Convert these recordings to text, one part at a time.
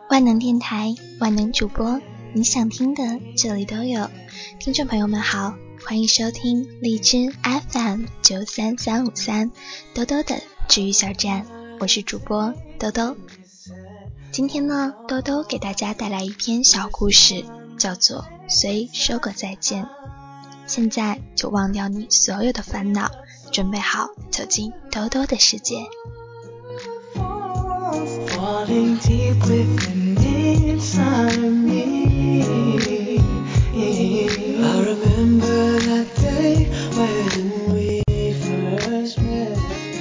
万能电台，万能主播，你想听的这里都有。听众朋友们好，欢迎收听荔枝 FM 93353兜兜的治愈小站，我是主播兜兜。今天呢，兜兜给大家带来一篇小故事，叫做虽说过再见。现在就忘掉你所有的烦恼，准备好走进兜兜的世界。Falling deep within inside me. I remember that day when we first met.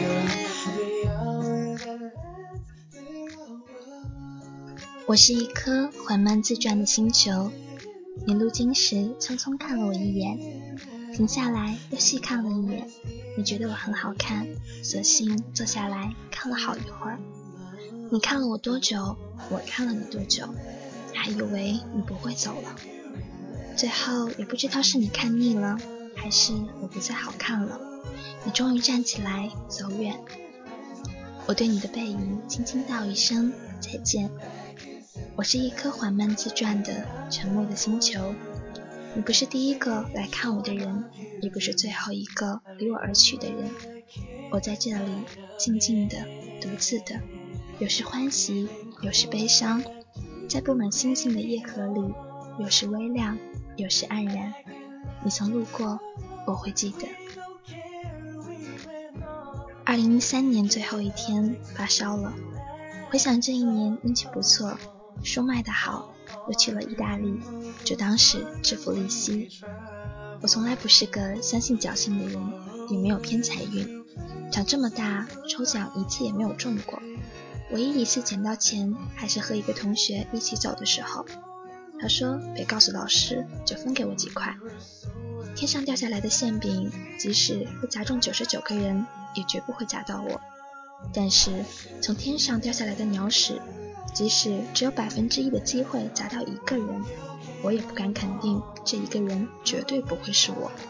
The hour that ends. 我是一颗缓慢自转的星球，你路经时匆匆看了我一眼，停下来又细看了一眼。你觉得我很好看，索性坐下来看了好一会儿。你看了我多久，我看了你多久，还以为你不会走了。最后也不知道是你看腻了，还是我不再好看了，你终于站起来走远。我对你的背影轻轻道一声再见。我是一颗缓慢自转的沉默的星球，你不是第一个来看我的人，也不是最后一个离我而去的人。我在这里静静的独自的，有时欢喜，有时悲伤，在布满星星的夜河里，有时微亮，有时黯然。你曾路过，我会记得。2013年最后一天发烧了，回想这一年运气不错，书卖得好，又去了意大利，就当是致富利息。我从来不是个相信侥幸的人，也没有偏财运，长这么大抽奖一次也没有中过。唯一一次捡到钱，还是和一个同学一起走的时候，他说别告诉老师，就分给我几块。天上掉下来的馅饼，即使会砸中99个人，也绝不会砸到我。但是从天上掉下来的鸟屎，即使只有1%的机会砸到一个人，我也不敢肯定这一个人绝对不会是我。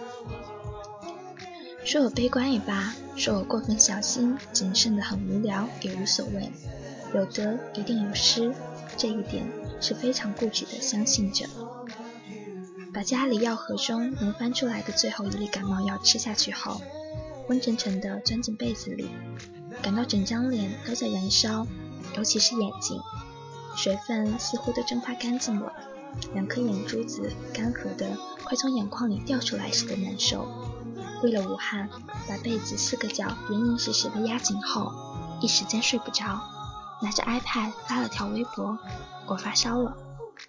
说我悲观也罢，说我过分小心谨慎的很无聊也无所谓，有得一定有失，这一点是非常固执的相信着。把家里药盒中能翻出来的最后一粒感冒药吃下去后，昏沉沉地钻进被子里，感到整张脸都在燃烧，尤其是眼睛，水分似乎都蒸发干净了，2颗眼珠子干涸的快从眼眶里掉出来似的难受。为了武汉，把被子4个角严严实实的压紧后，一时间睡不着，拿着 iPad 发了条微博，我发烧了。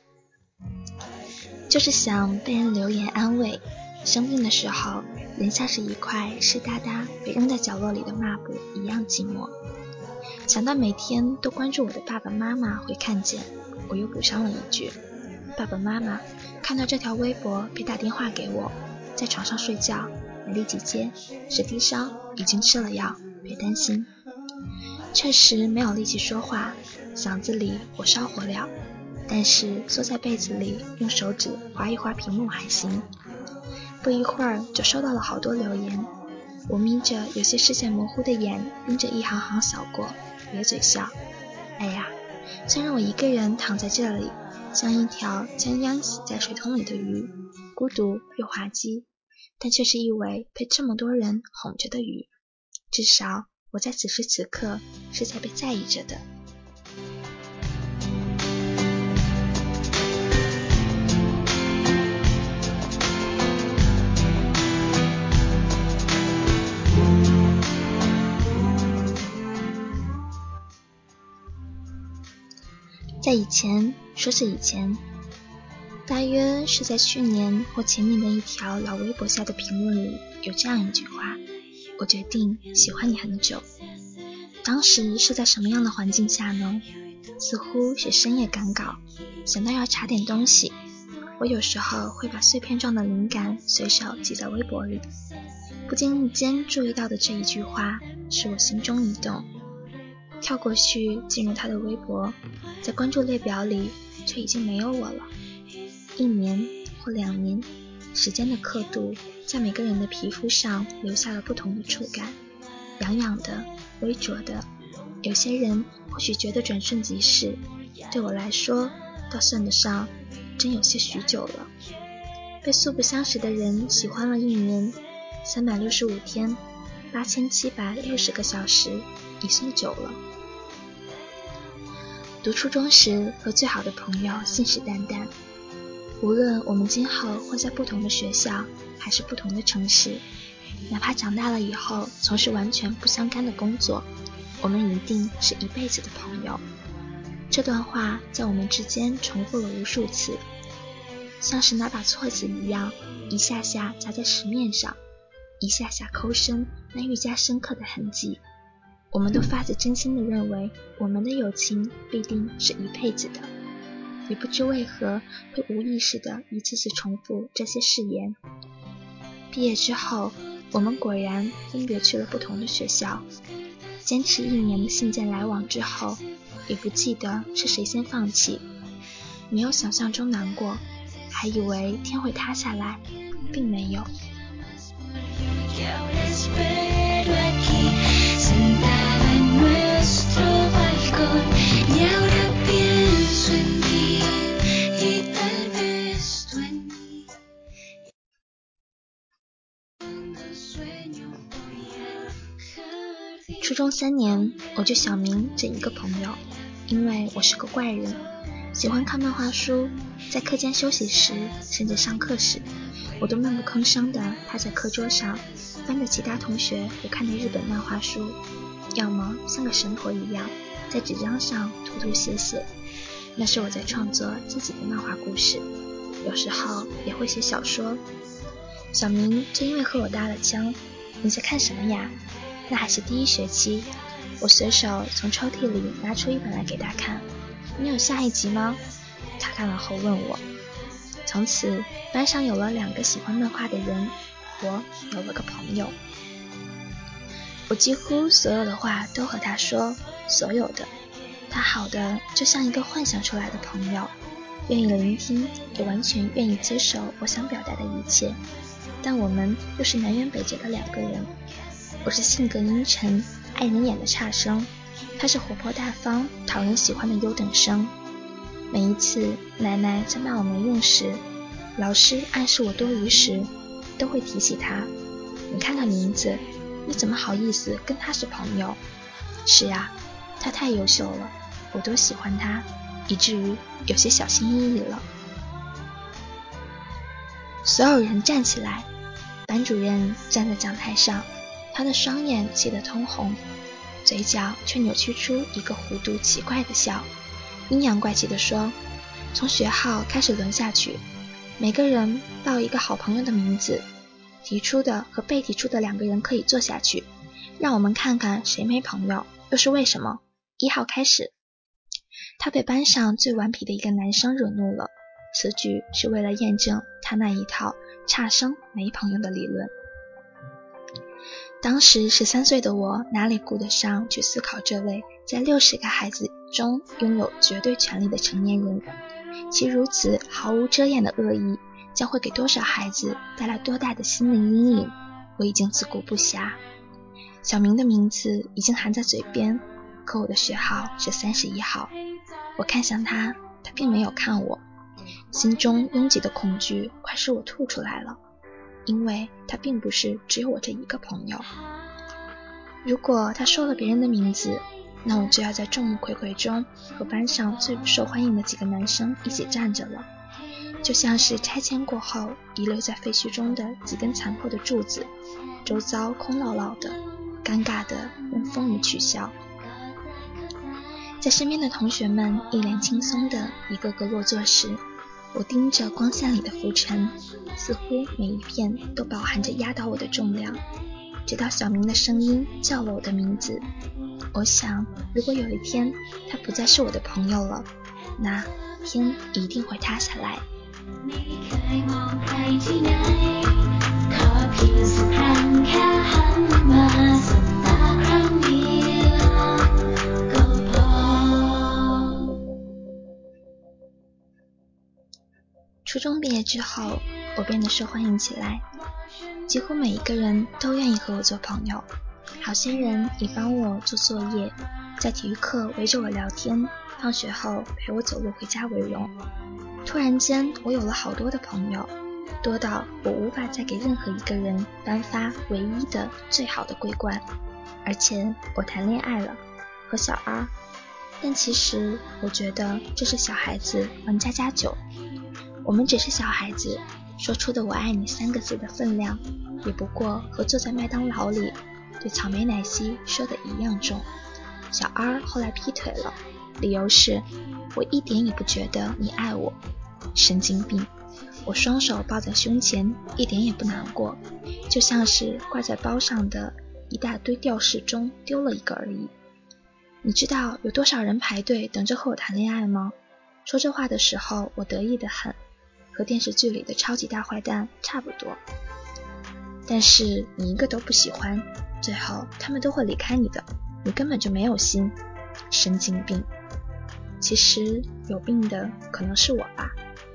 就是想被人留言安慰，生病的时候人像是一块湿哒哒被扔在角落里的抹布一样寂寞。想到每天都关注我的爸爸妈妈会看见，我又补上了一句，爸爸妈妈看到这条微博别打电话给我，在床上睡觉，没立即接，是低烧，已经吃了药，别担心。确实没有力气说话，嗓子里火烧火燎，但是缩在被子里用手指划一划屏幕还行。不一会儿就收到了好多留言，我眯着有些视线模糊的眼，盯着一行行扫过，咧嘴笑。哎呀，虽然我一个人躺在这里，像一条将淹死在水桶里的鱼，孤独又滑稽，但却是一尾被这么多人哄着的鱼。至少我在此时此刻是在被在意着的。在以前，说是以前，大约是在去年或前年的一条老微博下的评论里，有这样一句话，我决定喜欢你很久。当时是在什么样的环境下呢？似乎是深夜赶稿，想到要查点东西，我有时候会把碎片状的灵感随手记在微博里，不经意间注意到的这一句话使我心中一动，跳过去进入他的微博，在关注列表里却已经没有我了。1年或2年，时间的刻度在每个人的皮肤上留下了不同的触感，痒痒的，微灼的。有些人或许觉得转瞬即逝， 对我来说倒算得上真有些许久了。被素不相识的人喜欢了1年365天8760个小时，已算久了。读初中时和最好的朋友信誓旦旦，无论我们今后会在不同的学校还是不同的城市，哪怕长大了以后从事完全不相干的工作，我们一定是一辈子的朋友。这段话在我们之间重复了无数次，像是拿把锉子一样，一下下砸在石面上，一下下抠深那愈加深刻的痕迹。我们都发自真心地认为我们的友情必定是一辈子的，也不知为何会无意识地一次次重复这些誓言。毕业之后，我们果然分别去了不同的学校，坚持1年的信件来往之后，也不记得是谁先放弃。没有想象中难过，还以为天会塌下来，并没有。初中3年，我就小明这一个朋友，因为我是个怪人，喜欢看漫画书，在课间休息时，甚至上课时，我都闷不吭声地趴在课桌上，翻着其他同学不看的日本漫画书，要么像个神婆一样，在纸张上涂涂写写。那是我在创作自己的漫画故事，有时候也会写小说。小明就因为和我搭了腔，你在看什么呀？那还是第1学期，我随手从抽屉里拿出一本来给他看。你有下一集吗？他看了后问我。从此班上有了2个喜欢漫画的人，我有了个朋友。我几乎所有的话都和他说，所有的。他好的就像一个幻想出来的朋友，愿意聆听，也完全愿意接受我想表达的一切。但我们又是南辕北辙的2个人。我是性格阴沉、爱人眼的差生，他是活泼大方、讨人喜欢的优等生。每一次奶奶在骂我没用时，老师暗示我多余时，都会提起他。你看看名字，你怎么好意思跟他是朋友？是啊，他太优秀了，我多喜欢他，以至于有些小心翼翼了。所有人站起来，班主任站在讲台上，他的双眼气得通红，嘴角却扭曲出一个弧度奇怪的笑，阴阳怪气地说，从学号开始轮下去，每个人报一个好朋友的名字，提出的和被提出的2个人可以坐下去，让我们看看谁没朋友，又是为什么。1号开始。他被班上最顽皮的一个男生惹怒了，此举是为了验证他那一套差生没朋友的理论。当时13岁的我哪里顾得上去思考这位在60个孩子中拥有绝对权利的成年人，其如此毫无遮掩的恶意将会给多少孩子带来多大的心灵阴影，我已经自顾不暇。小明的名字已经含在嘴边，可我的学号是31号。我看向他，他并没有看我，心中拥挤的恐惧快使我吐出来了，因为他并不是只有我这一个朋友。如果他说了别人的名字，那我就要在众目睽睽中和班上最不受欢迎的几个男生一起站着了，就像是拆迁过后遗留在废墟中的几根残破的柱子，周遭空落落的，尴尬的任风雨取笑。在身边的同学们一脸轻松的一个个落座时，我盯着光线里的浮尘，似乎每一片都饱含着压倒我的重量，直到小明的声音叫了我的名字。我想，如果有一天他不再是我的朋友了，那天一定会塌下来。初中毕业之后，我变得受欢迎起来，几乎每一个人都愿意和我做朋友。好些人也帮我做作业，在体育课围着我聊天， 放学后陪我走路回家为荣。突然间，我有了好多的朋友，多到我无法再给任何一个人颁发唯一的最好的桂冠。而且我谈恋爱了，和小 R。但其实我觉得这是小孩子玩家家酒，我们只是小孩子说出的我爱你3个字的分量，也不过和坐在麦当劳里对草莓奶昔说的一样重。小 R 后来劈腿了，理由是我一点也不觉得你爱我。神经病！我双手抱在胸前，一点也不难过，就像是挂在包上的一大堆吊饰中丢了一个而已。你知道有多少人排队等着和我谈恋爱吗？说这话的时候我得意得很，和电视剧里的超级大坏蛋差不多。但是你一个都不喜欢，最后他们都会离开你的，你根本就没有心。神经病！其实有病的可能是我吧。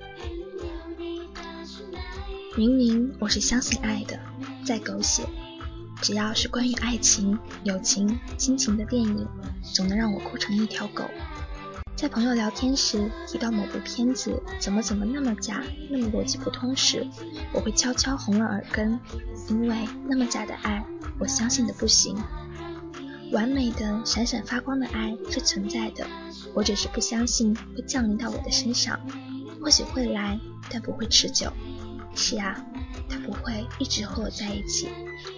明明我是相信爱的，再狗血，只要是关于爱情、友情、亲情的电影，总能让我哭成一条狗。在朋友聊天时提到某部片子怎么那么假，那么逻辑不通时，我会悄悄红了耳根，因为那么假的爱，我相信的不行。完美的闪闪发光的爱是存在的，我只是不相信会降临到我的身上。或许会来，但不会持久。是啊，他不会一直和我在一起。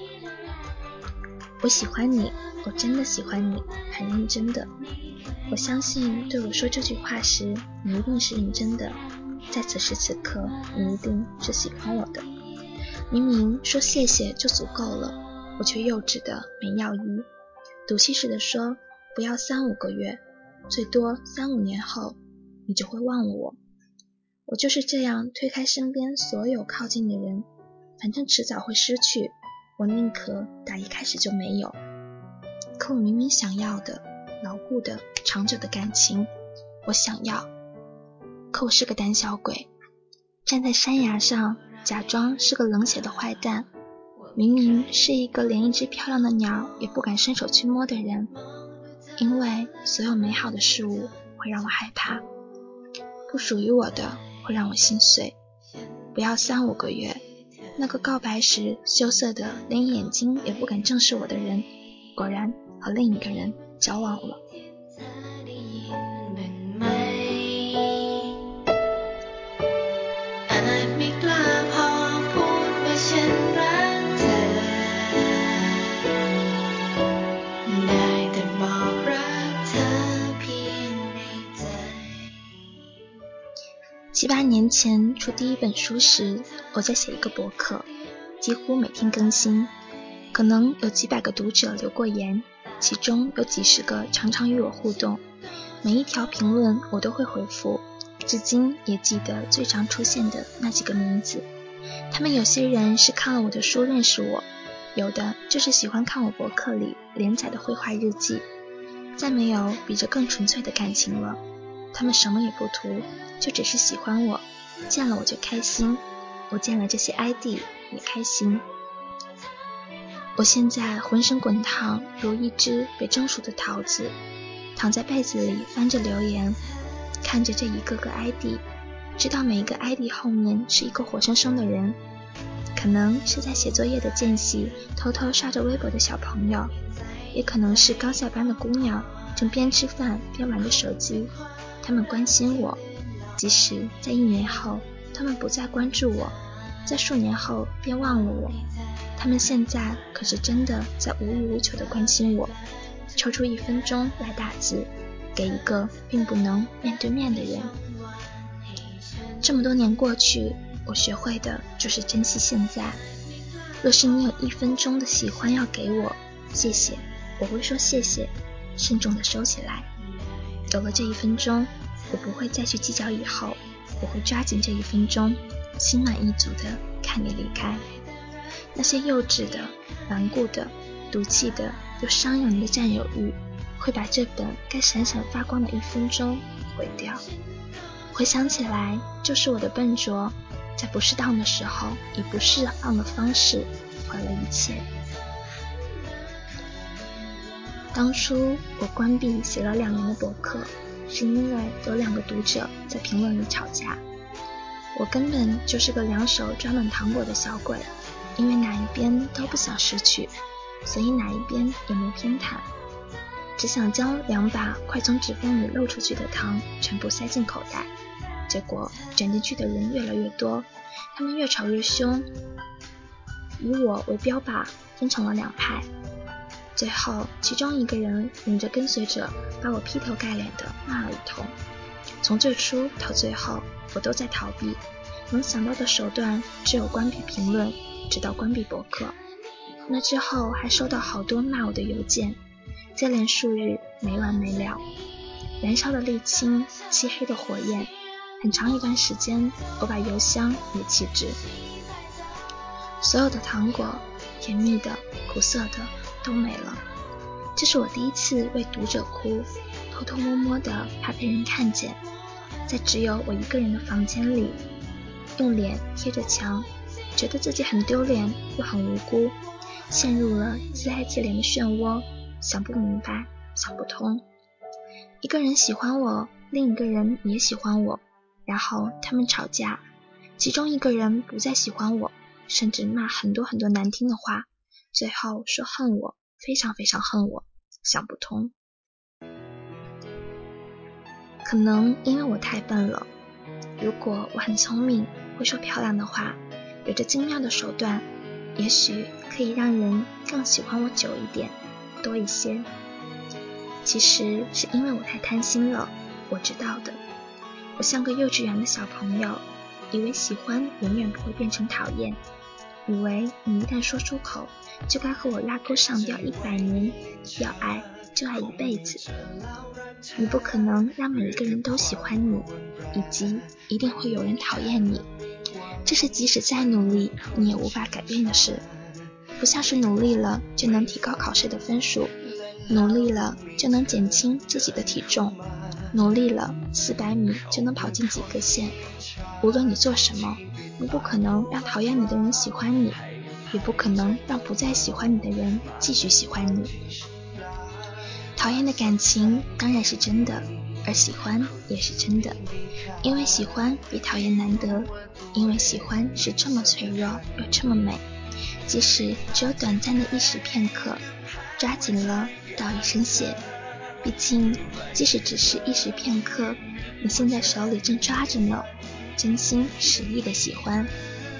我喜欢你，我真的喜欢你，很认真的。我相信对我说这句话时，你一定是认真的。在此时此刻，你一定是喜欢我的。明明说谢谢就足够了，我却幼稚的没药医，赌气似的说不要3-5个月，最多3-5年后你就会忘了我。我就是这样推开身边所有靠近的人，反正迟早会失去，我宁可打一开始就没有。可我明明想要的牢固的长久的感情，我想要，可我是个胆小鬼，站在山崖上假装是个冷血的坏蛋，明明是一个连一只漂亮的鸟也不敢伸手去摸的人，因为所有美好的事物会让我害怕，不属于我的会让我心碎。不要3-5个月，那个告白时羞涩的连眼睛也不敢正视我的人，果然和另一个人交往了。7-8年前出第一本书时，我在写一个博客，几乎每天更新，可能有几百个读者留过言，其中有几十个常常与我互动，每一条评论我都会回复，至今也记得最常出现的那几个名字。他们有些人是看了我的书认识我，有的就是喜欢看我博客里连载的绘画日记，再没有比这更纯粹的感情了。他们什么也不图，就只是喜欢我，见了我就开心，我见了这些 ID 也开心。我现在浑身滚烫，如一只被蒸熟的桃子，躺在被子里翻着留言，看着这一个个 ID， 知道每一个 ID 后面是一个活生生的人，可能是在写作业的间隙偷偷刷着微博的小朋友，也可能是刚下班的姑娘正边吃饭边玩着手机。他们关心我，即使在1年后他们不再关注我，在数年后便忘了我，他们现在可是真的在无欲无求地关心我，抽出1分钟来打字给一个并不能面对面的人。这么多年过去，我学会的就是珍惜现在。若是你有1分钟的喜欢要给我，谢谢，我会说谢谢，慎重地收起来。有了这1分钟，我不会再去计较以后，我会抓紧这1分钟，心满意足地看你离开。那些幼稚的、顽固的、赌气的又伤人的占有欲，会把这本该闪闪发光的1分钟毁掉。回想起来，就是我的笨拙，在不适当的时候，以不适当的方式毁了一切。当初我关闭写了2年的博客， 是因为有2个读者在评论里吵架。我根本就是个2手抓满糖果的小鬼，因为哪一边都不想失去，所以哪一边也没偏袒，只想将2把快从指缝里露出去的糖全部塞进口袋。结果卷进去的人越来越多，他们越吵越凶，以我为标靶，分成了2派。最后其中一个人领着跟随者把我劈头盖脸的骂了一通。从最初到最后，我都在逃避，能想到的手段只有关闭评论，直到关闭博客。那之后还收到好多骂我的邮件，接连数日没完没了，燃烧的沥青，漆黑的火焰。很长一段时间，我把邮箱也弃置。所有的糖果，甜蜜的、苦涩的都没了。这是我第一次为读者哭，偷偷摸摸的，怕被人看见，在只有我一个人的房间里，用脸贴着墙，觉得自己很丢脸又很无辜，陷入了自爱自怜的漩涡，想不明白，想不通。一个人喜欢我，另一个人也喜欢我，然后他们吵架，其中一个人不再喜欢我，甚至骂很多很多难听的话，最后说恨我，非常非常恨我，想不通。可能因为我太笨了，如果我很聪明，会说漂亮的话，有着精妙的手段，也许可以让人更喜欢我久一点，多一些。其实是因为我太贪心了，我知道的。我像个幼稚园的小朋友，以为喜欢永远不会变成讨厌，以为你一旦说出口，就该和我拉钩上吊100年，要爱就爱一辈子。你不可能让每一个人都喜欢你，以及一定会有人讨厌你，这是即使再努力你也无法改变的事。不像是努力了就能提高考试的分数，努力了就能减轻自己的体重，努力了400米就能跑进及格线。无论你做什么，你不可能让讨厌你的人喜欢你，也不可能让不再喜欢你的人继续喜欢你。讨厌的感情当然是真的，而喜欢也是真的，因为喜欢比讨厌难得，因为喜欢是这么脆弱又这么美，即使只有短暂的一时片刻，抓紧了倒一身血。毕竟即使只是一时片刻，你现在手里正抓着呢，真心实意的喜欢。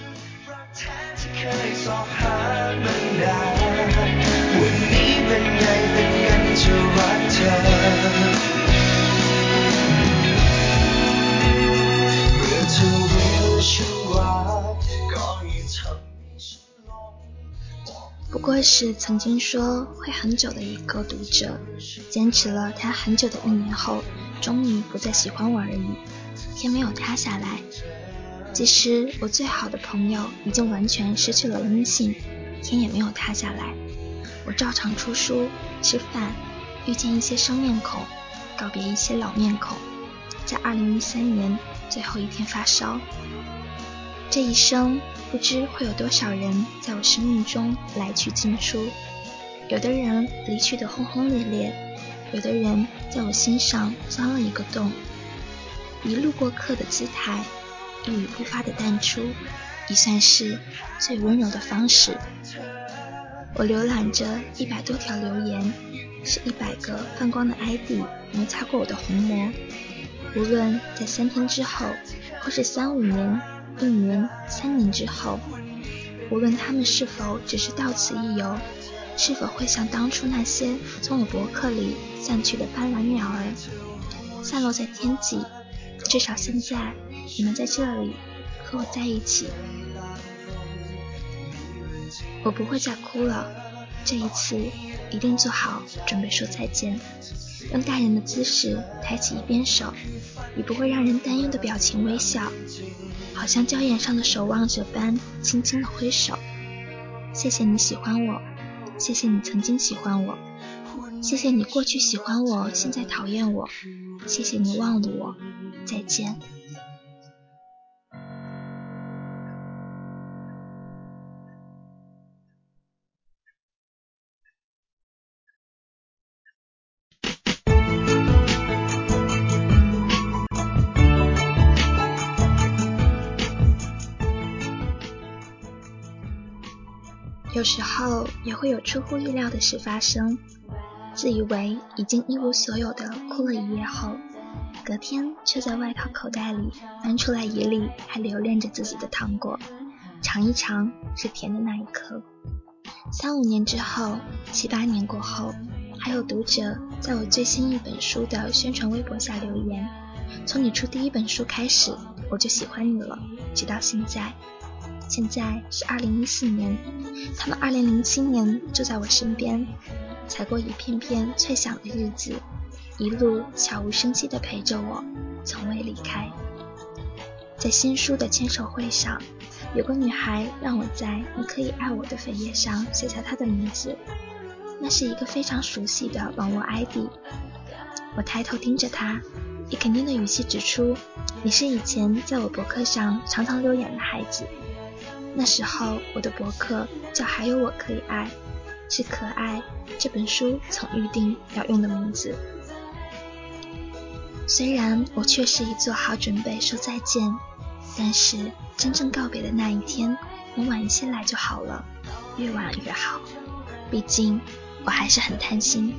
不过是曾经说会很久的一个读者，坚持了他很久的1年后，终于不再喜欢我而已。天没有塌下来，即使我最好的朋友已经完全失去了音信，天也没有塌下来。我照常出书、吃饭，遇见一些生面孔，告别一些老面孔，在2013年最后一天发烧。这一生不知会有多少人在我生命中来去进出，有的人离去的轰轰烈烈，有的人在我心上钻了一个洞。以路过客的姿态，一语不发的淡出，已算是最温柔的方式。我浏览着100多条留言，是100个泛光的 ID 摩擦过我的虹膜。无论在3天之后，或是3、5年、1年、3年之后，无论他们是否只是到此一游，是否会像当初那些从我博客里散去的斑斓鸟儿，散落在天际，至少现在你们在这里和我在一起。我不会再哭了，这一次一定做好准备说再见，用大人的姿势抬起一边手，以不会让人担忧的表情微笑，好像礁岩上的守望者般轻轻的挥手。谢谢你喜欢我，谢谢你曾经喜欢我，谢谢你过去喜欢我，现在讨厌我，谢谢你忘了我，再见。 有时候也会有出乎意料的事发生，自以为已经一无所有的哭了一夜后，隔天却在外套口袋里翻出来一粒还留恋着自己的糖果，尝一尝是甜的那一刻。3-5年之后，7-8年过后，还有读者在我最新一本书的宣传微博下留言，从你出第一本书开始，我就喜欢你了，直到现在。现在是2014年，他们2007年就在我身边，踩过一片片脆响的日子，一路悄无声息地陪着我，从未离开。在新书的签售会上，有个女孩让我在你可以爱我的扉页上写下她的名字，那是一个非常熟悉的网络 ID。 我抬头盯着她，以肯定的语气指出，你是以前在我博客上常常留言的孩子。那时候我的博客叫还有我可以爱，是可爱这本书曾预定要用的名字。虽然我确实已做好准备说再见，但是真正告别的那一天，能晚一些来就好了，越晚越好，毕竟我还是很贪心。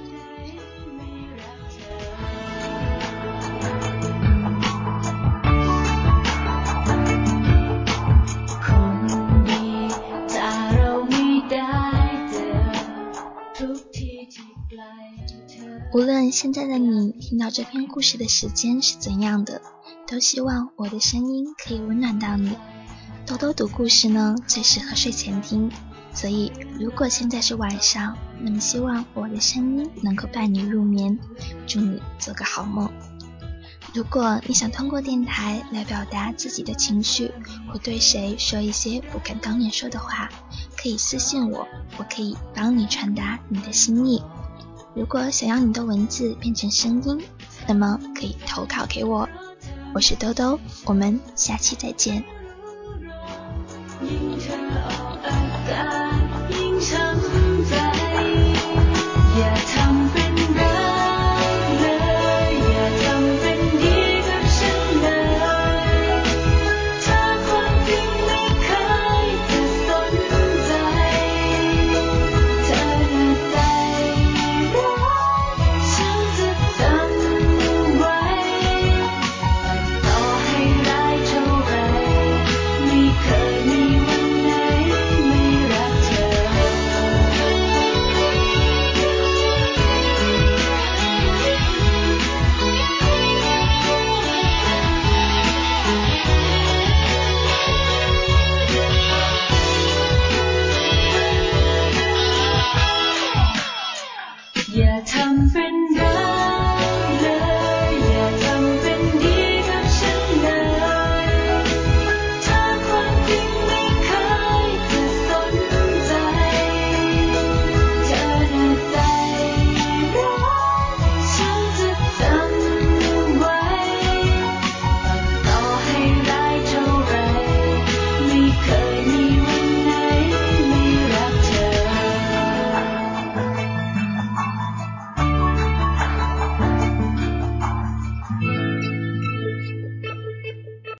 无论现在的你听到这篇故事的时间是怎样的，都希望我的声音可以温暖到你。豆豆读故事呢，最适合睡前听，所以如果现在是晚上，那么希望我的声音能够伴你入眠，祝你做个好梦。如果你想通过电台来表达自己的情绪，或对谁说一些不敢当面说的话，可以私信我，我可以帮你传达你的心意。如果想要你的文字变成声音，那么可以投稿给我。我是兜兜，我们下期再见。